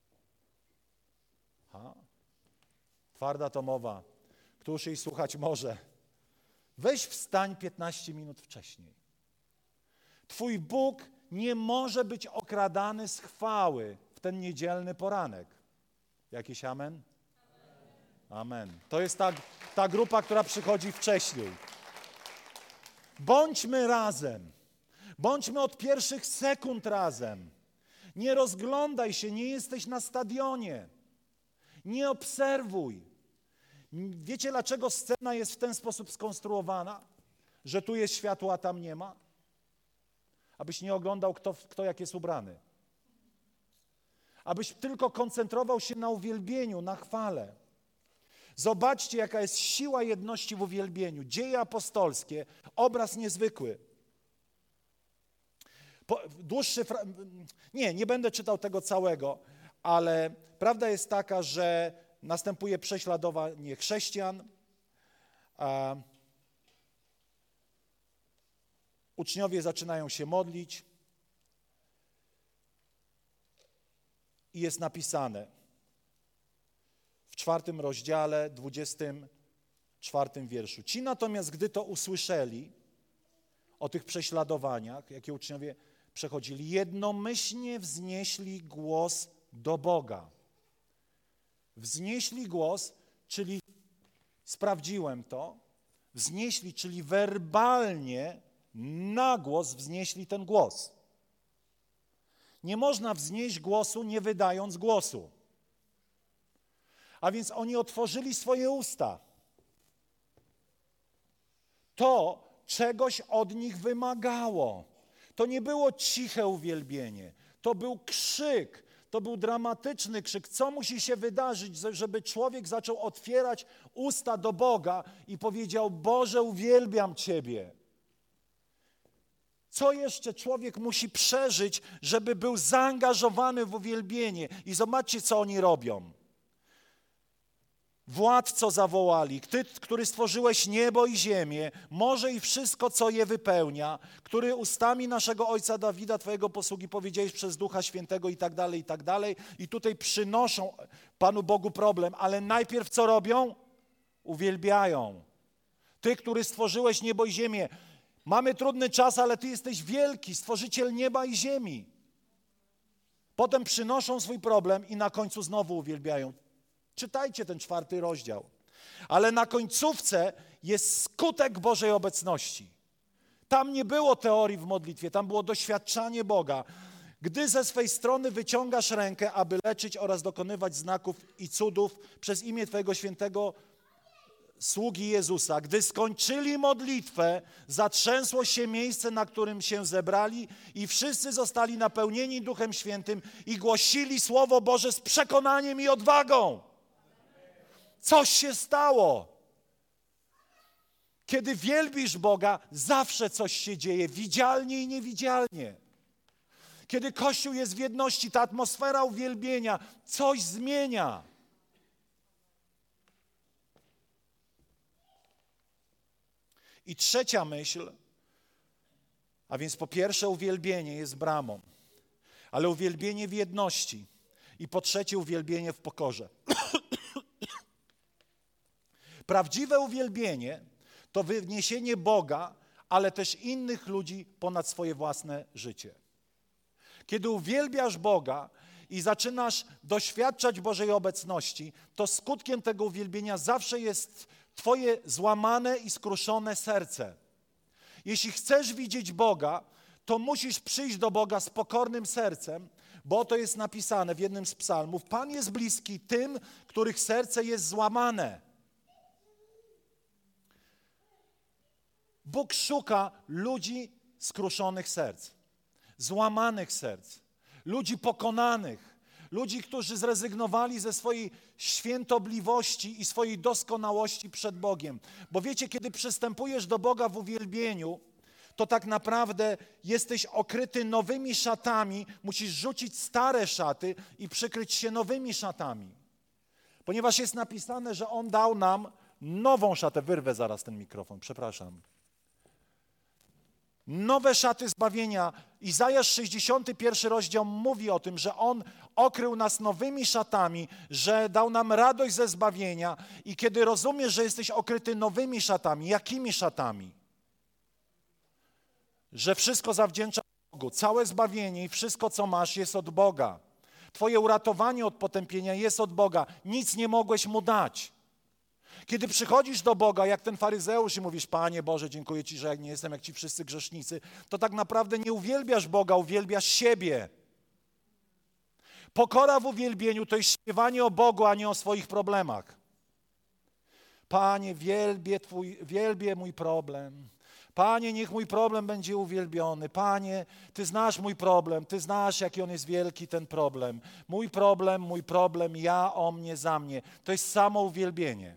Twarda to mowa. Któż jej słuchać może? Weź wstań 15 minut wcześniej. Twój Bóg nie może być okradany z chwały w ten niedzielny poranek. Jakiś amen? Amen. To jest ta grupa, która przychodzi wcześniej. Bądźmy razem. Bądźmy od pierwszych sekund razem. Nie rozglądaj się, nie jesteś na stadionie. Nie obserwuj. Wiecie, dlaczego scena jest w ten sposób skonstruowana? Że tu jest światło, a tam nie ma? Abyś nie oglądał, kto jak jest ubrany. Abyś tylko koncentrował się na uwielbieniu, na chwale. Zobaczcie, jaka jest siła jedności w uwielbieniu. Dzieje apostolskie, obraz niezwykły. Nie będę czytał tego całego, ale prawda jest taka, że następuje prześladowanie chrześcijan. Uczniowie zaczynają się modlić i jest napisane w 4 rozdziale, 24 wierszu. Ci natomiast, gdy to usłyszeli o tych prześladowaniach, jakie uczniowie przechodzili, jednomyślnie wznieśli głos do Boga. Wznieśli głos, czyli sprawdziłem to, wznieśli, czyli werbalnie na głos wznieśli ten głos. Nie można wznieść głosu, nie wydając głosu. A więc oni otworzyli swoje usta. To czegoś od nich wymagało. To nie było ciche uwielbienie, to był krzyk, to był dramatyczny krzyk. Co musi się wydarzyć, żeby człowiek zaczął otwierać usta do Boga i powiedział: Boże, uwielbiam Ciebie. Co jeszcze człowiek musi przeżyć, żeby był zaangażowany w uwielbienie? I zobaczcie, co oni robią. Władco zawołali, Ty, który stworzyłeś niebo i ziemię, morze i wszystko, co je wypełnia, który ustami naszego ojca Dawida, Twojego posługi, powiedziałeś przez Ducha Świętego i tak dalej, i tak dalej. I tutaj przynoszą Panu Bogu problem, ale najpierw co robią? Uwielbiają. Ty, który stworzyłeś niebo i ziemię. Mamy trudny czas, ale Ty jesteś wielki, Stworzyciel nieba i ziemi. Potem przynoszą swój problem i na końcu znowu uwielbiają. Czytajcie ten 4 rozdział. Ale na końcówce jest skutek Bożej obecności. Tam nie było teorii w modlitwie, tam było doświadczanie Boga. Gdy ze swej strony wyciągasz rękę, aby leczyć oraz dokonywać znaków i cudów przez imię Twojego świętego sługi Jezusa. Gdy skończyli modlitwę, zatrzęsło się miejsce, na którym się zebrali i wszyscy zostali napełnieni Duchem Świętym i głosili Słowo Boże z przekonaniem i odwagą. Coś się stało. Kiedy wielbisz Boga, zawsze coś się dzieje, widzialnie i niewidzialnie. Kiedy Kościół jest w jedności, ta atmosfera uwielbienia coś zmienia. I trzecia myśl, a więc po pierwsze uwielbienie jest bramą, ale uwielbienie w jedności i po trzecie uwielbienie w pokorze. Prawdziwe uwielbienie to wyniesienie Boga, ale też innych ludzi ponad swoje własne życie. Kiedy uwielbiasz Boga i zaczynasz doświadczać Bożej obecności, to skutkiem tego uwielbienia zawsze jest Twoje złamane i skruszone serce. Jeśli chcesz widzieć Boga, to musisz przyjść do Boga z pokornym sercem, bo to jest napisane w jednym z psalmów. Pan jest bliski tym, których serce jest złamane. Bóg szuka ludzi skruszonych serc, złamanych serc, ludzi pokonanych, ludzi, którzy zrezygnowali ze swojej świętobliwości i swojej doskonałości przed Bogiem. Bo wiecie, kiedy przystępujesz do Boga w uwielbieniu, to tak naprawdę jesteś okryty nowymi szatami, musisz rzucić stare szaty i przykryć się nowymi szatami. Ponieważ jest napisane, że On dał nam nową szatę. Wyrwę zaraz ten mikrofon, przepraszam. Nowe szaty zbawienia. Izajasz 61 rozdział mówi o tym, że On okrył nas nowymi szatami, że dał nam radość ze zbawienia i kiedy rozumiesz, że jesteś okryty nowymi szatami, jakimi szatami? Że wszystko zawdzięcza Bogu, całe zbawienie i wszystko, co masz, jest od Boga. Twoje uratowanie od potępienia jest od Boga. Nic nie mogłeś Mu dać. Kiedy przychodzisz do Boga, jak ten faryzeusz i mówisz, Panie Boże, dziękuję Ci, że jak nie jestem jak ci wszyscy grzesznicy, to tak naprawdę nie uwielbiasz Boga, uwielbiasz siebie. Pokora w uwielbieniu to jest śpiewanie o Bogu, a nie o swoich problemach. Panie, wielbię mój problem. Panie, niech mój problem będzie uwielbiony. Panie, Ty znasz mój problem, Ty znasz, jaki on jest wielki, ten problem. Mój problem, ja, o mnie, za mnie. To jest samo uwielbienie.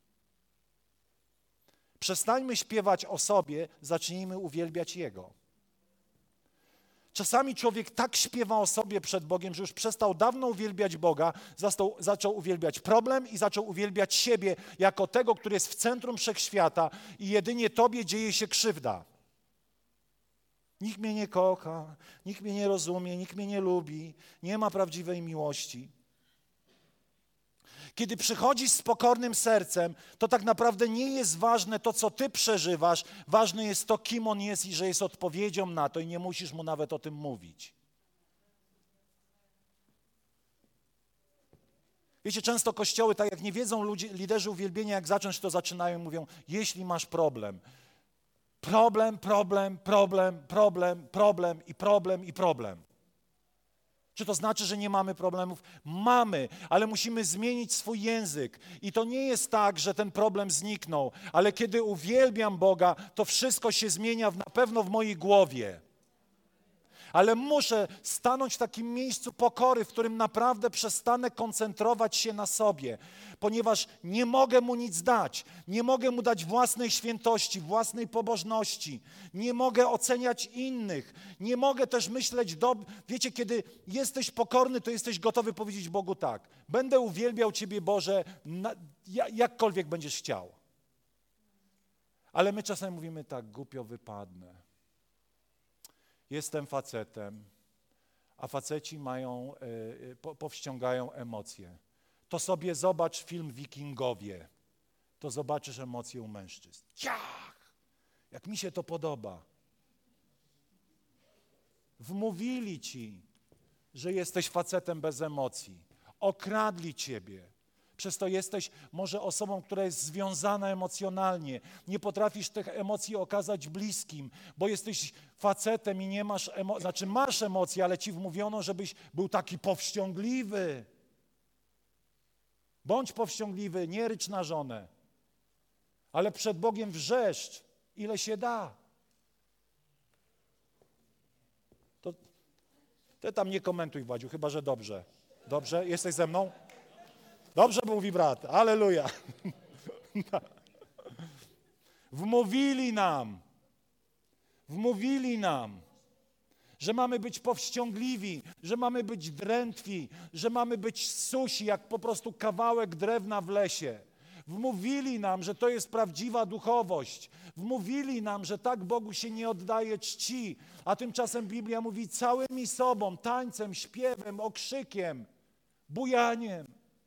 Przestańmy śpiewać o sobie, zacznijmy uwielbiać Jego. Czasami człowiek tak śpiewa o sobie przed Bogiem, że już przestał dawno uwielbiać Boga, zaczął uwielbiać problem i zaczął uwielbiać siebie jako tego, który jest w centrum wszechświata i jedynie Tobie dzieje się krzywda. Nikt mnie nie kocha, nikt mnie nie rozumie, nikt mnie nie lubi, nie ma prawdziwej miłości. Kiedy przychodzisz z pokornym sercem, to tak naprawdę nie jest ważne to, co Ty przeżywasz, ważne jest to, kim On jest i że jest odpowiedzią na to i nie musisz Mu nawet o tym mówić. Wiecie, często kościoły, tak jak nie wiedzą liderzy uwielbienia, jak zacząć, to zaczynają i mówią, jeśli masz problem, problem. Czy to znaczy, że nie mamy problemów? Mamy, ale musimy zmienić swój język. I to nie jest tak, że ten problem zniknął, ale kiedy uwielbiam Boga, to wszystko się zmienia na pewno w mojej głowie. Ale muszę stanąć w takim miejscu pokory, w którym naprawdę przestanę koncentrować się na sobie, ponieważ nie mogę mu nic dać. Nie mogę mu dać własnej świętości, własnej pobożności. Nie mogę oceniać innych. Nie mogę też myśleć, wiecie, kiedy jesteś pokorny, to jesteś gotowy powiedzieć Bogu tak. Będę uwielbiał Ciebie, Boże, jakkolwiek będziesz chciał. Ale my czasem mówimy tak, głupio wypadnę. Jestem facetem, a faceci powściągają emocje. To sobie zobacz film Wikingowie, to zobaczysz emocje u mężczyzn. Ciach! Jak mi się to podoba. Wmówili ci, że jesteś facetem bez emocji. Okradli ciebie. Przez to jesteś może osobą, która jest związana emocjonalnie. Nie potrafisz tych emocji okazać bliskim, bo jesteś facetem i nie masz emocji. Znaczy masz emocje, ale ci wmówiono, żebyś był taki powściągliwy. Bądź powściągliwy, nie rycz na żonę, ale przed Bogiem wrzeszcz, ile się da. To ty tam nie komentuj, Władziu, chyba że dobrze. Dobrze? Jesteś ze mną? Dobrze mówi brat, alleluja. Wmówili nam, że mamy być powściągliwi, że mamy być drętwi, że mamy być susi, jak po prostu kawałek drewna w lesie. Wmówili nam, że to jest prawdziwa duchowość. Wmówili nam, że tak Bogu się nie oddaje czci, a tymczasem Biblia mówi całymi sobą, tańcem, śpiewem, okrzykiem, bujaniem.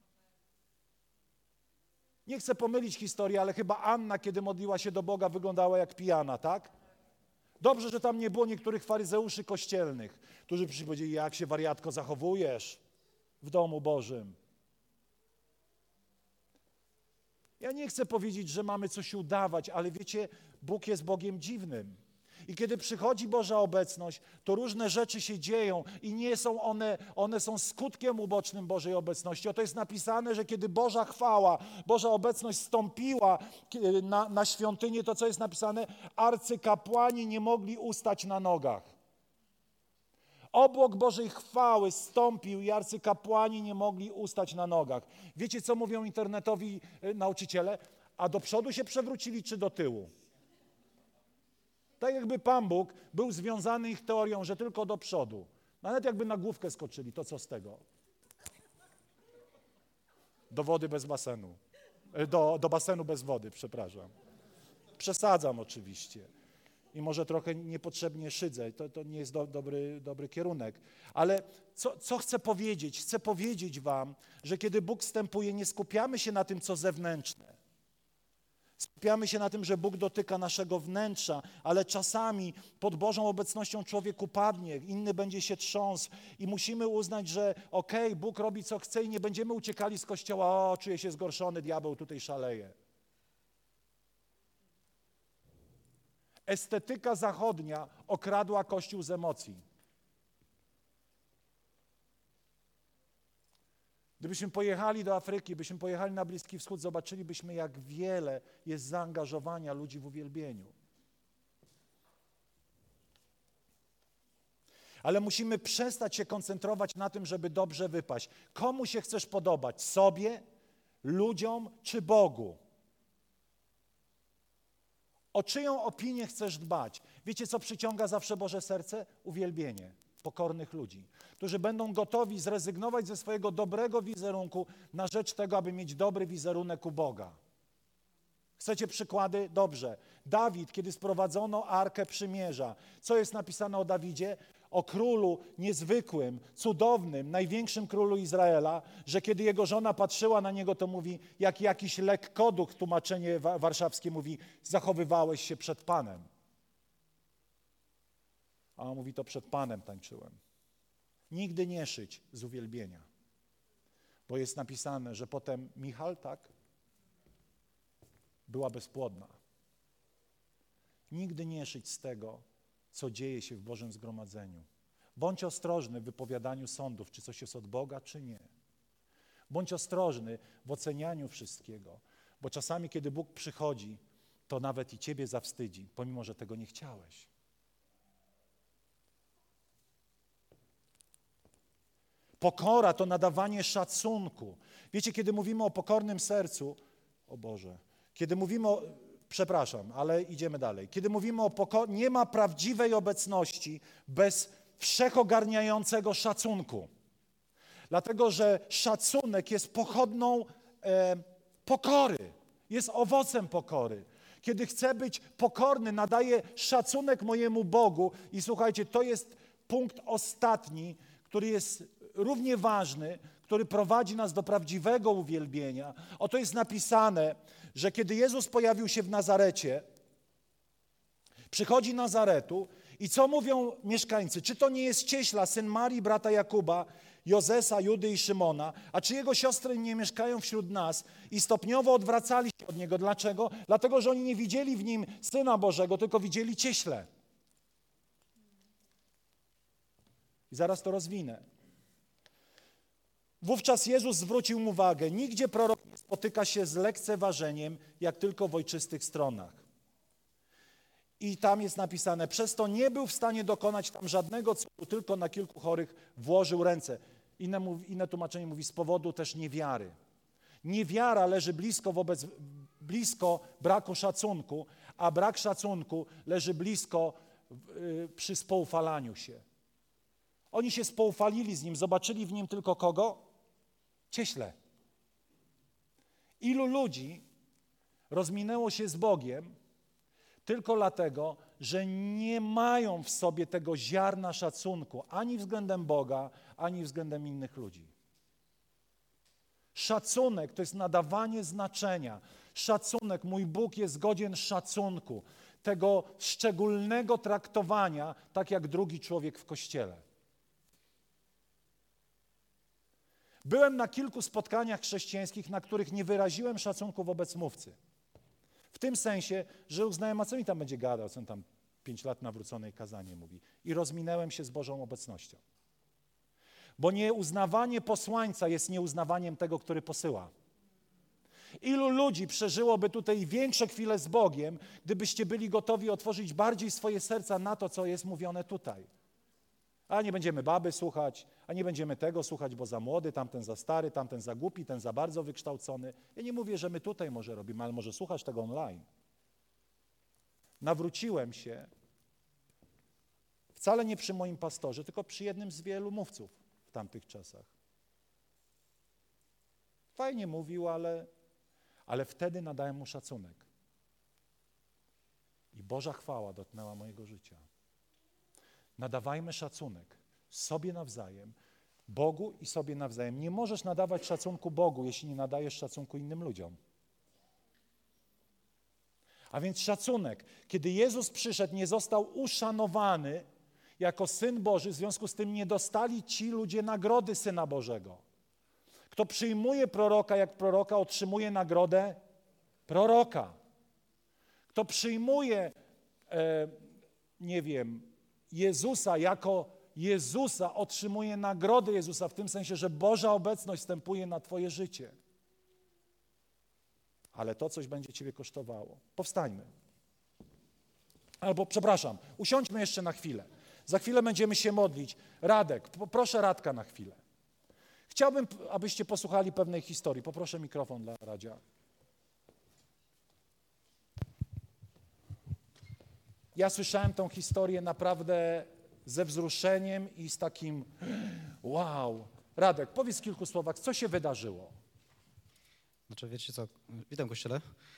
Nie chcę pomylić historii, ale chyba Anna, kiedy modliła się do Boga, wyglądała jak pijana, tak? Dobrze, że tam nie było niektórych faryzeuszy kościelnych, którzy przyszli i powiedzieli, jak się wariatko zachowujesz w domu Bożym. Ja nie chcę powiedzieć, że mamy coś udawać, ale wiecie, Bóg jest Bogiem dziwnym. I kiedy przychodzi Boża obecność, to różne rzeczy się dzieją i nie są one są skutkiem ubocznym Bożej obecności. Oto jest napisane, że kiedy Boża chwała, Boża obecność stąpiła na świątynię, to co jest napisane? Arcykapłani nie mogli ustać na nogach. Obłok Bożej chwały stąpił i arcykapłani nie mogli ustać na nogach. Wiecie, co mówią internetowi nauczyciele? A do przodu się przewrócili, czy do tyłu? Tak jakby Pan Bóg był związany ich teorią, że tylko do przodu. Nawet jakby na główkę skoczyli, to co z tego? Do wody bez basenu. Do basenu bez wody, przepraszam. Przesadzam oczywiście. I może trochę niepotrzebnie szydzę. To nie jest dobry kierunek. Ale co chcę powiedzieć? Chcę powiedzieć wam, że kiedy Bóg wstępuje, nie skupiamy się na tym, co zewnętrzne. Skupiamy się na tym, że Bóg dotyka naszego wnętrza, ale czasami pod Bożą obecnością człowiek upadnie, inny będzie się trząsł i musimy uznać, że Bóg robi co chce i nie będziemy uciekali z kościoła, czuję się zgorszony, diabeł tutaj szaleje. Estetyka zachodnia okradła Kościół z emocji. Gdybyśmy pojechali do Afryki, byśmy pojechali na Bliski Wschód, zobaczylibyśmy, jak wiele jest zaangażowania ludzi w uwielbieniu. Ale musimy przestać się koncentrować na tym, żeby dobrze wypaść. Komu się chcesz podobać? Sobie, ludziom czy Bogu? O czyją opinię chcesz dbać? Wiecie, co przyciąga zawsze Boże serce? Uwielbienie pokornych ludzi, którzy będą gotowi zrezygnować ze swojego dobrego wizerunku na rzecz tego, aby mieć dobry wizerunek u Boga. Chcecie przykłady? Dobrze. Dawid, kiedy sprowadzono Arkę Przymierza, co jest napisane o Dawidzie? O królu niezwykłym, cudownym, największym królu Izraela, że kiedy jego żona patrzyła na niego, to mówi, jak jakiś lekkoduch, tłumaczenie warszawskie mówi, zachowywałeś się przed Panem. A on mówi, to przed Panem tańczyłem. Nigdy nie szyć z uwielbienia. Bo jest napisane, że potem Michal, tak, była bezpłodna. Nigdy nie szyć z tego, co dzieje się w Bożym zgromadzeniu. Bądź ostrożny w wypowiadaniu sądów, czy coś jest od Boga, czy nie. Bądź ostrożny w ocenianiu wszystkiego, bo czasami, kiedy Bóg przychodzi, to nawet i ciebie zawstydzi, pomimo że tego nie chciałeś. Pokora to nadawanie szacunku. Wiecie, kiedy mówimy o pokornym sercu, o Boże, kiedy mówimy o, przepraszam, ale idziemy dalej. Kiedy mówimy o pokorze, nie ma prawdziwej obecności bez wszechogarniającego szacunku. Dlatego, że szacunek jest pochodną pokory, jest owocem pokory. Kiedy chcę być pokorny, nadaję szacunek mojemu Bogu i słuchajcie, to jest punkt ostatni, który jest równie ważny, który prowadzi nas do prawdziwego uwielbienia. Oto jest napisane, że kiedy Jezus pojawił się w Nazarecie, przychodzi Nazaretu i co mówią mieszkańcy? Czy to nie jest cieśla, syn Marii, brata Jakuba, Jozesa, Judy i Szymona, a czy jego siostry nie mieszkają wśród nas? I stopniowo odwracali się od niego. Dlaczego? Dlatego, że oni nie widzieli w nim Syna Bożego, tylko widzieli cieślę. I zaraz to rozwinę. Wówczas Jezus zwrócił mu uwagę, nigdzie prorok nie spotyka się z lekceważeniem, jak tylko w ojczystych stronach. I tam jest napisane, przez to nie był w stanie dokonać tam żadnego cudu, tylko na kilku chorych włożył ręce. Inne tłumaczenie mówi z powodu też niewiary. Niewiara leży blisko braku szacunku, a brak szacunku leży blisko przy spoufalaniu się. Oni się spoufalili z nim, zobaczyli w nim tylko kogo? Cieślę. Ilu ludzi rozminęło się z Bogiem tylko dlatego, że nie mają w sobie tego ziarna szacunku ani względem Boga, ani względem innych ludzi. Szacunek to jest nadawanie znaczenia. Szacunek, mój Bóg jest godzien szacunku, tego szczególnego traktowania, tak jak drugi człowiek w Kościele. Byłem na kilku spotkaniach chrześcijańskich, na których nie wyraziłem szacunku wobec mówcy. W tym sensie, że uznałem, a co mi tam będzie gadał, co on tam 5 lat nawróconej kazanie mówi. I rozminęłem się z Bożą obecnością. Bo nieuznawanie posłańca jest nieuznawaniem tego, który posyła. Ilu ludzi przeżyłoby tutaj większe chwile z Bogiem, gdybyście byli gotowi otworzyć bardziej swoje serca na to, co jest mówione tutaj. A nie będziemy baby słuchać, a nie będziemy tego słuchać, bo za młody, tamten za stary, tamten za głupi, ten za bardzo wykształcony. Ja nie mówię, że my tutaj może robimy, ale może słuchasz tego online. Nawróciłem się wcale nie przy moim pastorze, tylko przy jednym z wielu mówców w tamtych czasach. Fajnie mówił, ale wtedy nadałem mu szacunek. I Boża chwała dotknęła mojego życia. Nadawajmy szacunek sobie nawzajem, Bogu i sobie nawzajem. Nie możesz nadawać szacunku Bogu, jeśli nie nadajesz szacunku innym ludziom. A więc szacunek. Kiedy Jezus przyszedł, nie został uszanowany jako Syn Boży, w związku z tym nie dostali ci ludzie nagrody Syna Bożego. Kto przyjmuje proroka jak proroka, otrzymuje nagrodę proroka. Kto przyjmuje, Jezusa jako Jezusa, otrzymuje nagrodę Jezusa, w tym sensie, że Boża obecność wstępuje na twoje życie. Ale to coś będzie ciebie kosztowało. Powstańmy. Albo, przepraszam, usiądźmy jeszcze na chwilę. Za chwilę będziemy się modlić. Radek, poproszę Radka na chwilę. Chciałbym, abyście posłuchali pewnej historii. Poproszę mikrofon dla Radzia. Ja słyszałem tą historię naprawdę ze wzruszeniem i z takim wow. Radek, powiedz w kilku słowach, co się wydarzyło? Znaczy, wiecie co, witam Kościele.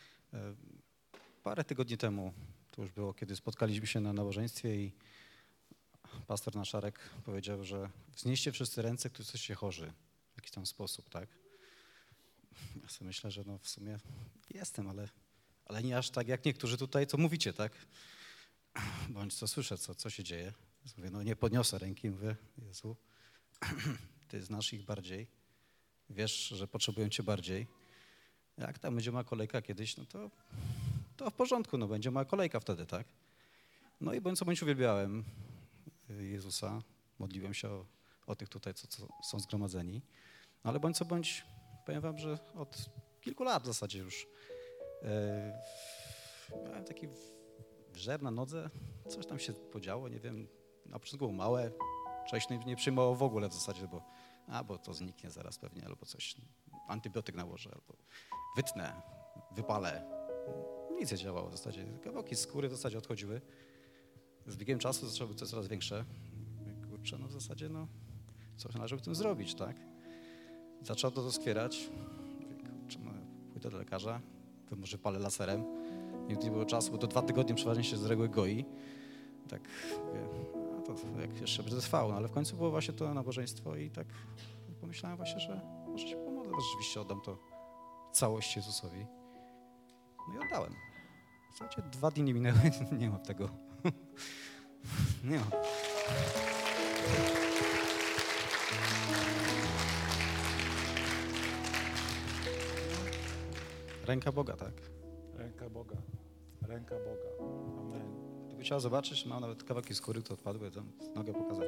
Parę tygodni temu, to już było, kiedy spotkaliśmy się na nabożeństwie i pastor nasz Arek powiedział, że wznieście wszyscy ręce, którzy jesteście chorzy w jakiś tam sposób, tak? Ja sobie myślę, że no w sumie jestem, ale nie aż tak jak niektórzy tutaj, co mówicie, tak? Bądź co słyszę, co się dzieje. Mówię, no nie podniosę ręki, mówię, Jezu, Ty znasz ich bardziej, wiesz, że potrzebują Cię bardziej. Jak tam będzie mała kolejka kiedyś, no to w porządku, no będzie mała kolejka wtedy, tak? No i bądź co bądź uwielbiałem Jezusa, modliłem się o tych tutaj, co są zgromadzeni, no ale bądź co bądź, powiem wam, że od kilku lat w zasadzie już miałem taki żer na nodze, coś tam się podziało, nie wiem, na początku było małe, człowiek nie przyjmował w ogóle w zasadzie, bo bo to zniknie zaraz pewnie, albo coś, antybiotyk nałożę, albo wytnę, wypalę. Nic nie działało w zasadzie, kawałki skóry w zasadzie odchodziły. Z biegiem czasu zaczęło być coraz większe. Kurczę, w zasadzie, coś należy w tym zrobić, tak? Zaczął to doskwierać. Kurczę, pójdę do lekarza, to może palę laserem. Nie było czasu, bo to 2 tygodnie przeważnie się z reguły goi. Tak, to jak jeszcze będzie trwało, ale w końcu było właśnie to nabożeństwo i tak pomyślałem właśnie, że może się pomodlę, że rzeczywiście oddam to całość Jezusowi. No i oddałem. W zasadzie 2 dni nie minęły, nie mam tego. Nie ma. Ręka Boga, tak. Ręka Boga. Ręka Boga. Amen. Gdyby chciała zobaczyć, mam nawet kawałki skóry, które odpadły, to mogę pokazać.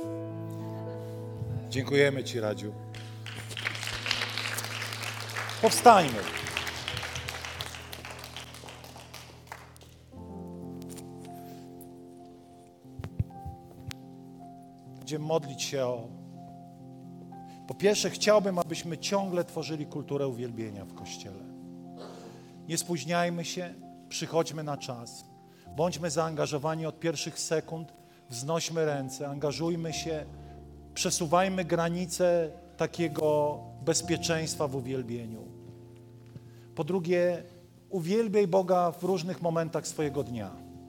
Dziękujemy Ci, Radziu. Powstańmy. Będziemy modlić się o... Po pierwsze, chciałbym, abyśmy ciągle tworzyli kulturę uwielbienia w Kościele. Nie spóźniajmy się, przychodźmy na czas. Bądźmy zaangażowani od pierwszych sekund, wznośmy ręce, angażujmy się, przesuwajmy granice takiego bezpieczeństwa w uwielbieniu. Po drugie, uwielbiaj Boga w różnych momentach swojego dnia.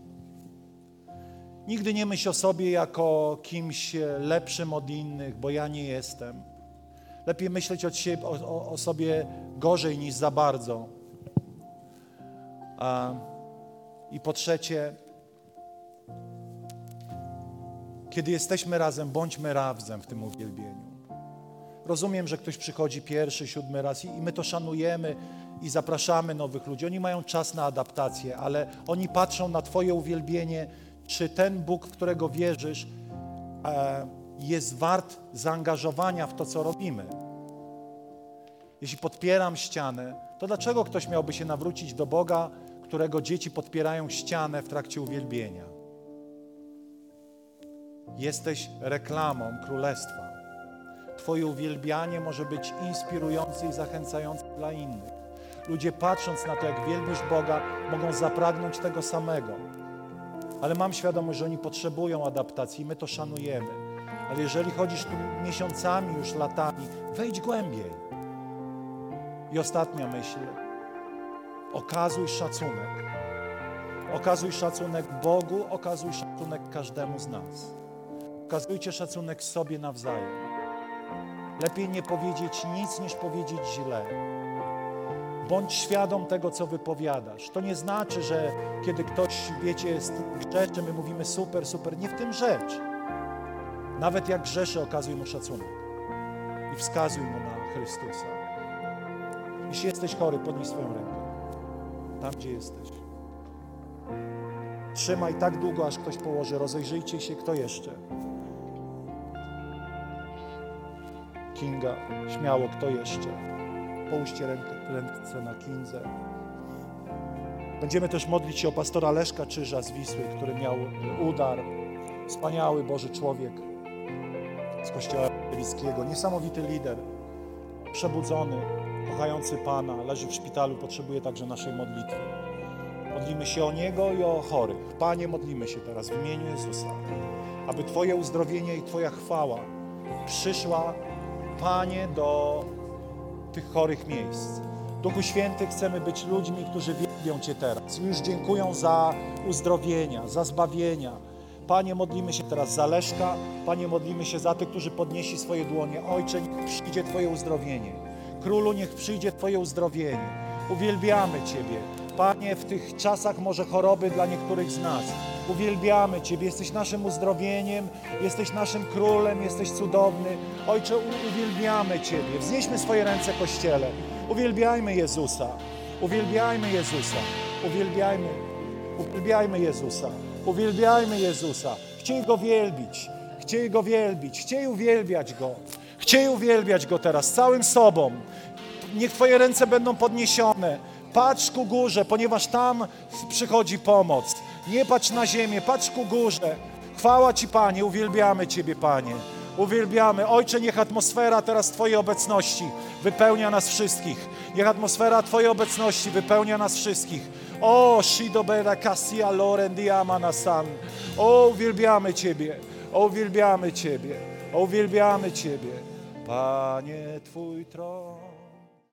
Nigdy nie myśl o sobie jako kimś lepszym od innych, bo ja nie jestem. Lepiej myśleć o sobie gorzej niż za bardzo. I po trzecie, kiedy jesteśmy razem, bądźmy razem w tym uwielbieniu. Rozumiem, że ktoś przychodzi pierwszy, 7 raz i my to szanujemy i zapraszamy nowych ludzi. Oni mają czas na adaptację, ale oni patrzą na Twoje uwielbienie, czy ten Bóg, w którego wierzysz, jest wart zaangażowania w to, co robimy. Jeśli podpieram ścianę, to dlaczego ktoś miałby się nawrócić do Boga, którego dzieci podpierają ścianę w trakcie uwielbienia? Jesteś reklamą Królestwa. Twoje uwielbianie może być inspirujące i zachęcające dla innych. Ludzie, patrząc na to, jak wielbisz Boga, mogą zapragnąć tego samego. Ale mam świadomość, że oni potrzebują adaptacji i my to szanujemy. Ale jeżeli chodzisz tu miesiącami, już latami, wejdź głębiej. I ostatnia myśl. Okazuj szacunek. Okazuj szacunek Bogu, okazuj szacunek każdemu z nas. Okazujcie szacunek sobie nawzajem. Lepiej nie powiedzieć nic, niż powiedzieć źle. Bądź świadom tego, co wypowiadasz. To nie znaczy, że kiedy ktoś, wiecie, jest grzeszy, my mówimy super, super. Nie w tym rzecz. Nawet jak grzeszy, okazuj mu szacunek. I wskazuj mu na Chrystusa. Jeśli jesteś chory, podnieś swoją rękę. Tam, gdzie jesteś. Trzymaj tak długo, aż ktoś położy. Rozejrzyjcie się, kto jeszcze. Kinga, śmiało, kto jeszcze? Połóżcie ręce na Kindze. Będziemy też modlić się o pastora Leszka Czyża z Wisły, który miał udar. Wspaniały Boży człowiek z Kościoła Ewangelickiego. Niesamowity lider. Przebudzony, kochający Pana. Leży w szpitalu, potrzebuje także naszej modlitwy. Modlimy się o niego i o chorych. Panie, modlimy się teraz w imieniu Jezusa, aby Twoje uzdrowienie i Twoja chwała przyszła, Panie, do tych chorych miejsc. Duchu Święty, chcemy być ludźmi, którzy wielbią Cię teraz. Już dziękują za uzdrowienia, za zbawienia. Panie, modlimy się teraz za Leszka. Panie, modlimy się za tych, którzy podnieśli swoje dłonie. Ojcze, niech przyjdzie Twoje uzdrowienie. Królu, niech przyjdzie Twoje uzdrowienie. Uwielbiamy Ciebie. Panie, w tych czasach może choroby dla niektórych z nas. Uwielbiamy Ciebie, jesteś naszym uzdrowieniem, jesteś naszym królem, jesteś cudowny. Ojcze, uwielbiamy Ciebie. Wznieśmy swoje ręce, Kościele. Uwielbiajmy Jezusa. Uwielbiajmy Jezusa. Uwielbiajmy Jezusa. Uwielbiajmy Jezusa. Chciej Go wielbić. Chciej Go wielbić. Chciej uwielbiać Go. Chciej uwielbiać Go teraz całym sobą. Niech Twoje ręce będą podniesione. Patrz ku górze, ponieważ tam przychodzi pomoc. Nie patrz na ziemię, patrz ku górze. Chwała Ci, Panie, uwielbiamy Ciebie, Panie. Uwielbiamy. Ojcze, niech atmosfera teraz Twojej obecności wypełnia nas wszystkich. Niech atmosfera Twojej obecności wypełnia nas wszystkich. O, Shidobera Cassia Lorendiama Nasan. O, uwielbiamy Ciebie. O, uwielbiamy Ciebie. O, uwielbiamy Ciebie. Panie, Twój tron